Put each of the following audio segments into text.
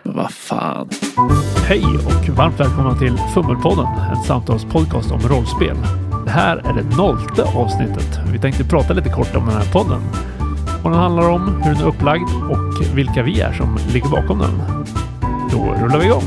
Vad fan. Hej och varmt välkomna till Fummelpodden, en samtalspodcast om rollspel. Det här är det 0:e avsnittet. Vi tänkte prata lite kort om den här podden. Vad den handlar om, hur den är upplagd och vilka vi är som ligger bakom den. Då rullar vi igång.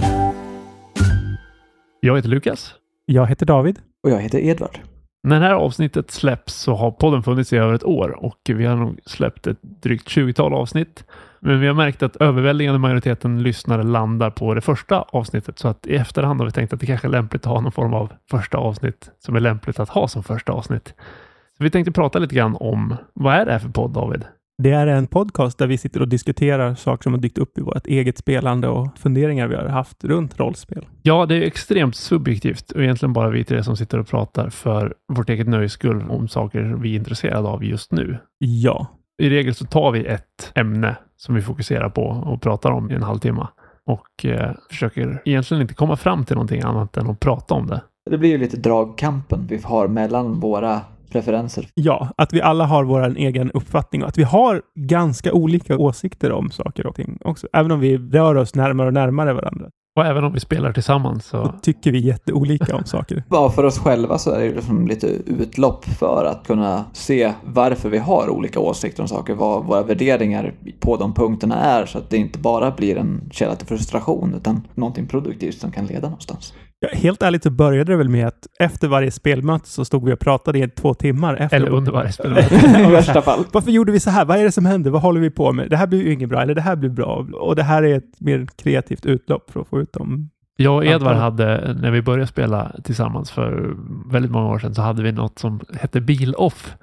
Jag heter Lukas. Jag heter David. Och jag heter Edvard. När det här avsnittet släpps så har podden funnits i över ett år och vi har nog släppt ett drygt 20-tal avsnitt. Men vi har märkt att överväldigande majoriteten lyssnare landar på det första avsnittet, så att i efterhand har vi tänkt att det kanske är lämpligt att ha någon form av första avsnitt som är lämpligt att ha som första avsnitt. Så vi tänkte prata lite grann om vad är det här för podd, David? Det är en podcast där vi sitter och diskuterar saker som har dykt upp i vårt eget spelande och funderingar vi har haft runt rollspel. Ja, det är extremt subjektivt och egentligen bara vi tre som sitter och pratar för vårt eget nöjes skull om saker vi är intresserade av just nu. Ja. I regel så tar vi ett ämne som vi fokuserar på och pratar om i en halvtimme och försöker egentligen inte komma fram till någonting annat än att prata om det. Det blir ju lite dragkampen vi har mellan våra preferenser. Ja, att vi alla har vår egen uppfattning och att vi har ganska olika åsikter om saker och ting också. Även om vi rör oss närmare och närmare varandra. Och även om vi spelar tillsammans så tycker vi jätteolika om saker. Ja, för oss själva så är det liksom lite utlopp för att kunna se varför vi har olika åsikter om saker, vad våra värderingar på de punkterna är, så att det inte bara blir en källa till frustration utan någonting produktivt som kan leda någonstans. Ja, helt ärligt så började det väl med att efter varje spelmöte så stod vi och pratade i 2 timmar. Eller under varje spelmöte. I värsta fall. Varför gjorde vi så här? Vad är det som händer? Vad håller vi på med? Det här blir ju inget bra, eller det här blir bra. Och det här är ett mer kreativt utlopp för att få ut dem. Jag och Edvard hade, när vi började spela tillsammans för väldigt många år sedan, så hade vi något som hette Bil-Off.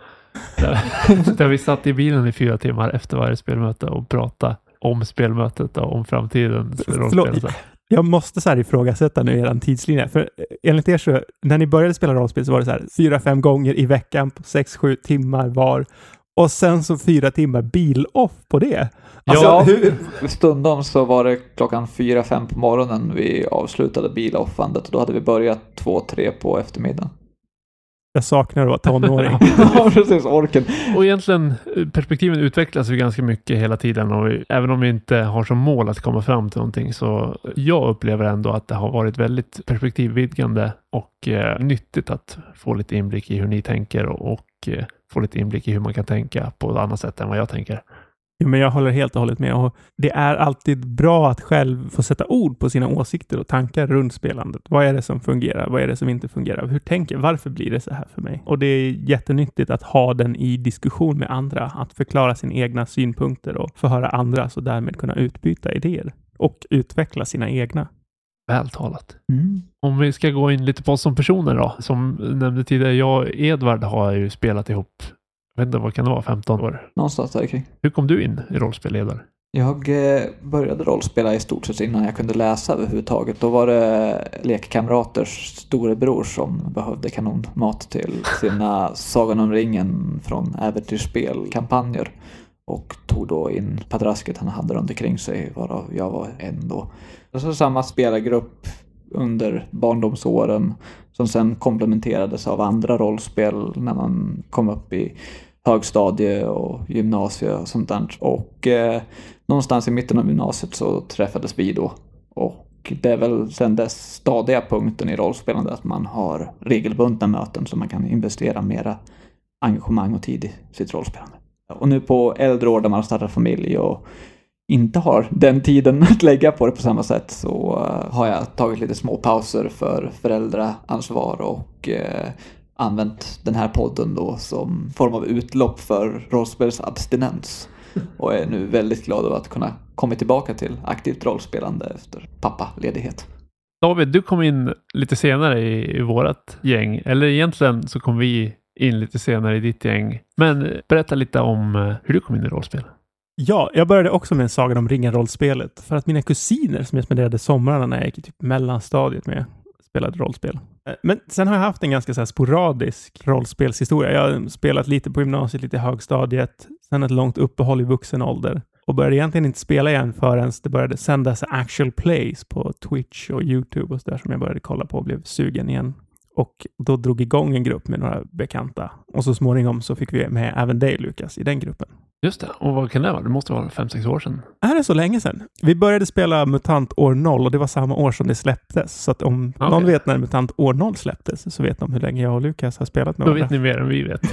Där vi satt i bilen i 4 timmar efter varje spelmöte och pratade om spelmötet och om framtiden. Jag måste så här ifrågasätta nu er tidslinje. För enligt er så, när ni började spela rollspel så var det så här 4-5 gånger i veckan på 6-7 timmar var. Och sen så 4 timmar bil-off på det. Alltså, ja, stundom så var det klockan 4-5 på morgonen vi avslutade bil-offandet. Och då hade vi börjat 2-3 på eftermiddagen. Jag saknar att vara tonåring. Ja, precis, orken. Och egentligen, perspektiven utvecklas ju ganska mycket hela tiden och även om vi inte har som mål att komma fram till någonting, så jag upplever ändå att det har varit väldigt perspektivvidgande och nyttigt att få lite inblick i hur ni tänker och få lite inblick i hur man kan tänka på ett annat sätt än vad jag tänker. Ja, men jag håller helt och hållet med. Och det är alltid bra att själv få sätta ord på sina åsikter och tankar runt spelandet. Vad är det som fungerar? Vad är det som inte fungerar? Hur tänker jag? Varför blir det så här för mig? Och det är jättenyttigt att ha den i diskussion med andra. Att förklara sina egna synpunkter och förhöra andra, så därmed kunna utbyta idéer och utveckla sina egna. Vältalat. Om vi ska gå in lite på oss som personer då. Som nämnde tidigare, jag och Edvard har ju spelat ihop, jag vet inte, vad kan det vara, 15 år? Någonstans där kring. Hur kom du in i rollspel, Edvard? Jag började rollspela i stort sett innan jag kunde läsa överhuvudtaget. Då var det lekkamraters storebror som behövde kanonmat till sina Sagan om ringen från äventyrsspelkampanjer. Och tog då in padrasket han hade runt omkring sig, varav jag var en då. Och så samma spelargrupp under barndomsåren som sen komplementerades av andra rollspel när man kom upp i högstadie och gymnasie och sånt där. Och någonstans i mitten av gymnasiet så träffades vi då. Och det är väl sen dess stadiga punkten i rollspelande att man har regelbundna möten så man kan investera mera engagemang och tid i sitt rollspelande. Och nu på äldre år där man startar familj och inte har den tiden att lägga på det på samma sätt, så har jag tagit lite små pauser för föräldraansvar och använt den här podden då som form av utlopp för rollspelsabstinens. Och är nu väldigt glad över att kunna komma tillbaka till aktivt rollspelande efter pappaledighet. David, du kom in lite senare i vårat gäng. Eller egentligen så kom vi in lite senare i ditt gäng. Men berätta lite om hur du kom in i rollspel. Ja, jag började också med en Sagan om ringen-rollspelet. För att mina kusiner som jag spenderade somrarna när jag gick i typ mellanstadiet med spelade rollspel. Men sen har jag haft en ganska så här sporadisk rollspelshistoria. Jag har spelat lite på gymnasiet, lite i högstadiet. Sen ett långt uppehåll i vuxen ålder. Och började egentligen inte spela igen förrän det började sändas actual plays på Twitch och YouTube och så där som jag började kolla på och blev sugen igen. Och då drog igång en grupp med några bekanta. Och så småningom så fick vi med även dig, Lukas, i den gruppen. Just det. Och vad kan det vara? Det måste vara 5-6 år sedan. Är det så länge sedan? Vi började spela MUTANT år 0 och det var samma år som det släpptes. Så att om någon vet när MUTANT år 0 släpptes så vet de hur länge jag och Lukas har spelat med varandra. Då vet ni mer än vi vet.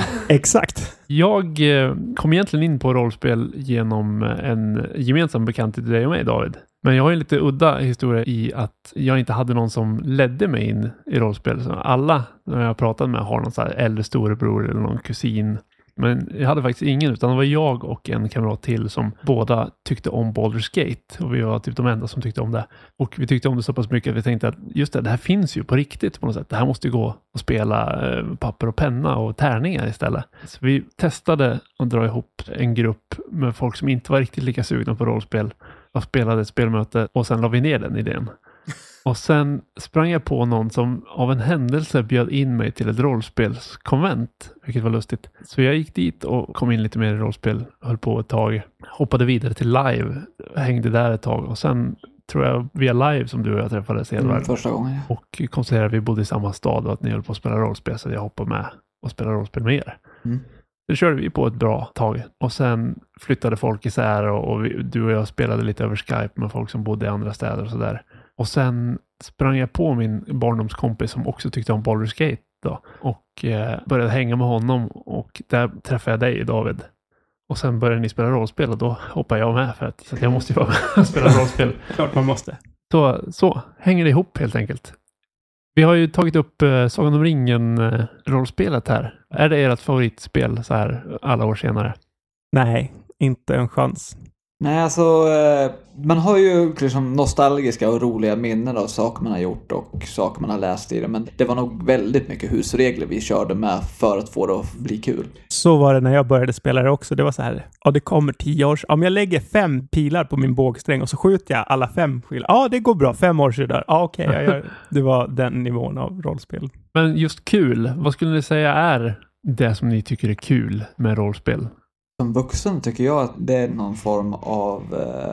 Exakt. Jag kom egentligen in på rollspel genom en gemensam bekant till dig och mig, David. Men jag har en lite udda historia i att jag inte hade någon som ledde mig in i rollspel. Så alla när jag har pratat med har någon så här äldre storebror eller någon kusin. Men jag hade faktiskt ingen, utan det var jag och en kamrat till som båda tyckte om Baldur's Gate. Och vi var typ de enda som tyckte om det. Och vi tyckte om det så pass mycket att vi tänkte att just det här finns ju på riktigt på något sätt. Det här måste ju gå att spela papper och penna och tärningar istället. Så vi testade att dra ihop en grupp med folk som inte var riktigt lika sugna på rollspel. Och spelade ett spelmöte och sen la vi ner den idén. Och sen sprang jag på någon som av en händelse bjöd in mig till ett rollspelskonvent, vilket var lustigt. Så jag gick dit och kom in lite mer i rollspel, höll på ett tag, hoppade vidare till live, hängde där ett tag och sen tror jag via live som du och jag träffades första gången. Ja. Och konstaterade att vi bodde i samma stad och att ni höll på att spela rollspel, så jag hoppade med och spelade rollspel med er. Det körde vi på ett bra tag. Och sen flyttade folk isär och du och jag spelade lite över Skype med folk som bodde i andra städer och sådär. Och sen sprang jag på min barndomskompis som också tyckte om Baldur's Gate då. Och började hänga med honom och där träffade jag dig, David. Och sen började ni spela rollspel och då hoppade jag med så att jag måste ju vara med och spela rollspel. Klart man måste. Så hänger det ihop helt enkelt. Vi har ju tagit upp Sagan om ringen-rollspelet här. Är det ert favoritspel så här alla år senare? Nej, inte en chans. Nej, alltså man har ju liksom nostalgiska och roliga minnen av saker man har gjort och saker man har läst i det. Men det var nog väldigt mycket husregler vi körde med för att få det att bli kul. Så var det när jag började spela det också. Det var så här, det kommer 10 år. Om jag lägger 5 pilar på min bågsträng och så skjuter jag alla 5 skil. Det går bra. 5 år sedan. Okej, jag gör. Det var den nivån av rollspel. Men just kul, vad skulle ni säga är det som ni tycker är kul med rollspel? Som vuxen tycker jag att det är någon form av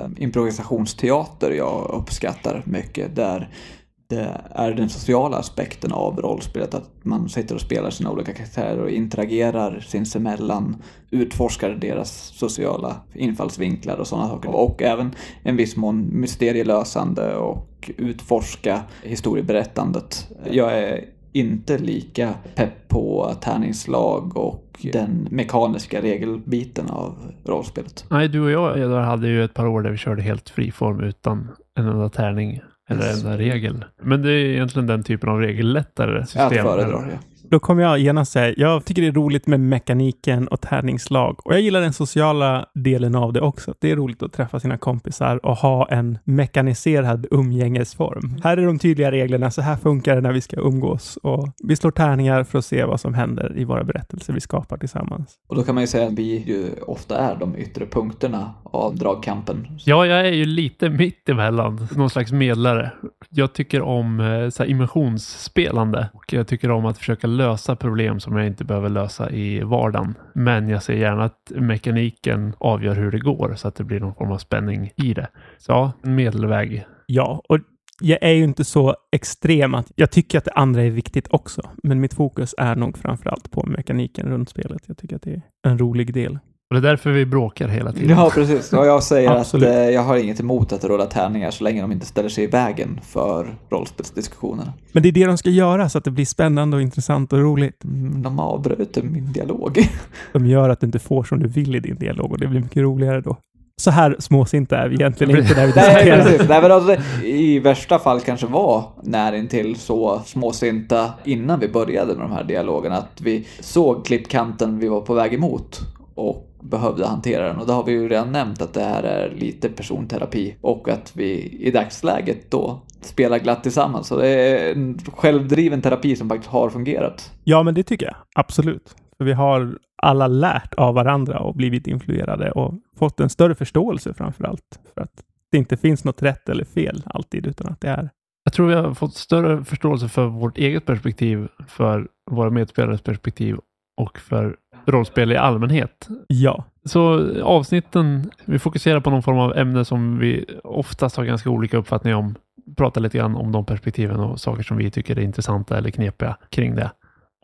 improvisationsteater jag uppskattar mycket. Där det är den sociala aspekten av rollspelet. Att man sitter och spelar sina olika karaktärer och interagerar sinsemellan. Utforskar deras sociala infallsvinklar och sådana saker. Och även en viss mån mysterielösande och utforska historieberättandet. Jag är inte lika pepp på tärningslag och den mekaniska regelbiten av rollspelet. Nej, du och jag hade ju ett par år där vi körde helt friform utan en enda tärning eller en enda regel. Men det är egentligen den typen av regellättare system. Jag föredrar det. Då kommer jag gärna säga, jag tycker det är roligt med mekaniken och tärningslag. Och jag gillar den sociala delen av det också. Det är roligt att träffa sina kompisar och ha en mekaniserad umgängesform. Här är de tydliga reglerna, så här funkar det när vi ska umgås. Och vi slår tärningar för att se vad som händer i våra berättelser vi skapar tillsammans. Och då kan man ju säga att vi ju ofta är de yttre punkterna av dragkampen. Ja, jag är ju lite mitt emellan. Någon slags medlare. Jag tycker om så här immersionsspelande. Och jag tycker om att försöka lösa problem som jag inte behöver lösa i vardagen. Men jag ser gärna att mekaniken avgör hur det går så att det blir någon form av spänning i det. Så ja, en medelväg. Ja, och jag är ju inte så extrem att jag tycker att det andra är viktigt också. Men mitt fokus är nog framförallt på mekaniken runt spelet. Jag tycker att det är en rolig del. Och det är därför vi bråkar hela tiden. Ja, precis. Och jag säger att jag har inget emot att rulla tärningar så länge de inte ställer sig i vägen för rollspelsdiskussionerna. Men det är det de ska göra så att det blir spännande och intressant och roligt. De avbryter min dialog. De gör att du inte får som du vill i din dialog och det blir mycket roligare då. Så här småsinta är vi egentligen inte där vi diskuterar. Nej, precis. Nej, men alltså, i värsta fall kanske var närintill så småsinta innan vi började med de här dialogerna att vi såg klippkanten vi var på väg emot och behövde hantera den. Och då har vi ju redan nämnt att det här är lite personterapi och att vi i dagsläget då spelar glatt tillsammans. Så det är en självdriven terapi som faktiskt har fungerat. Ja, men det tycker jag. Absolut. För vi har alla lärt av varandra och blivit influerade och fått en större förståelse framförallt. För att det inte finns något rätt eller fel alltid utan att det är. Jag tror vi har fått större förståelse för vårt eget perspektiv, för våra medspelares perspektiv och för rollspel i allmänhet. Ja. Så avsnitten, vi fokuserar på någon form av ämne som vi oftast har ganska olika uppfattningar om. Pratar lite grann om de perspektiven och saker som vi tycker är intressanta eller knepiga kring det.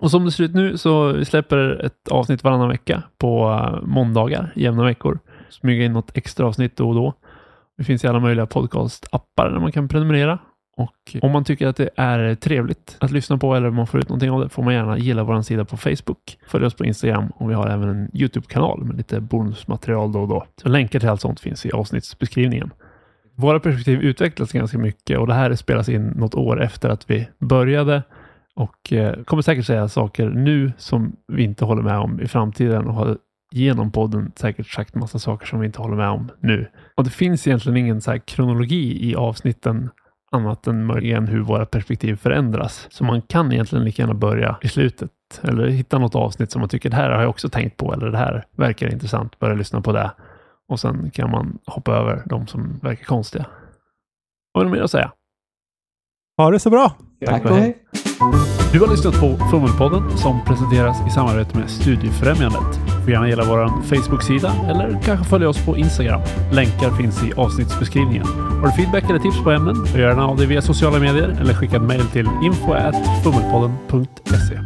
Och som det ser ut nu så vi släpper ett avsnitt varannan vecka på måndagar, jämna veckor. Smyga in något extra avsnitt då och då. Det finns i alla möjliga podcast-appar där man kan prenumerera. Och om man tycker att det är trevligt att lyssna på eller om man får ut någonting av det får man gärna gilla vår sida på Facebook. Följ oss på Instagram och vi har även en YouTube-kanal med lite bonusmaterial då och då. Så länkar till allt sånt finns i avsnittsbeskrivningen. Våra perspektiv utvecklas ganska mycket och det här spelas in något år efter att vi började och kommer säkert säga saker nu som vi inte håller med om i framtiden och har genom podden säkert sagt massa saker som vi inte håller med om nu. Och det finns egentligen ingen så här kronologi i avsnitten annat än möjligen hur våra perspektiv förändras. Så man kan egentligen lika gärna börja i slutet eller hitta något avsnitt som man tycker det här har jag också tänkt på eller det här verkar intressant, börja lyssna på det. Och sen kan man hoppa över de som verkar konstiga. Vad är det mer att säga? Ha det så bra! Tack och hej! Du har lyssnat på Fummelpodden som presenteras i samarbete med Studiefrämjandet. Får gärna gilla vår Facebook-sida eller kanske följa oss på Instagram. Länkar finns i avsnittsbeskrivningen. Har du feedback eller tips på ämnen? Gör gärna av det via sociala medier eller skicka ett mejl till info@fummelpodden.se.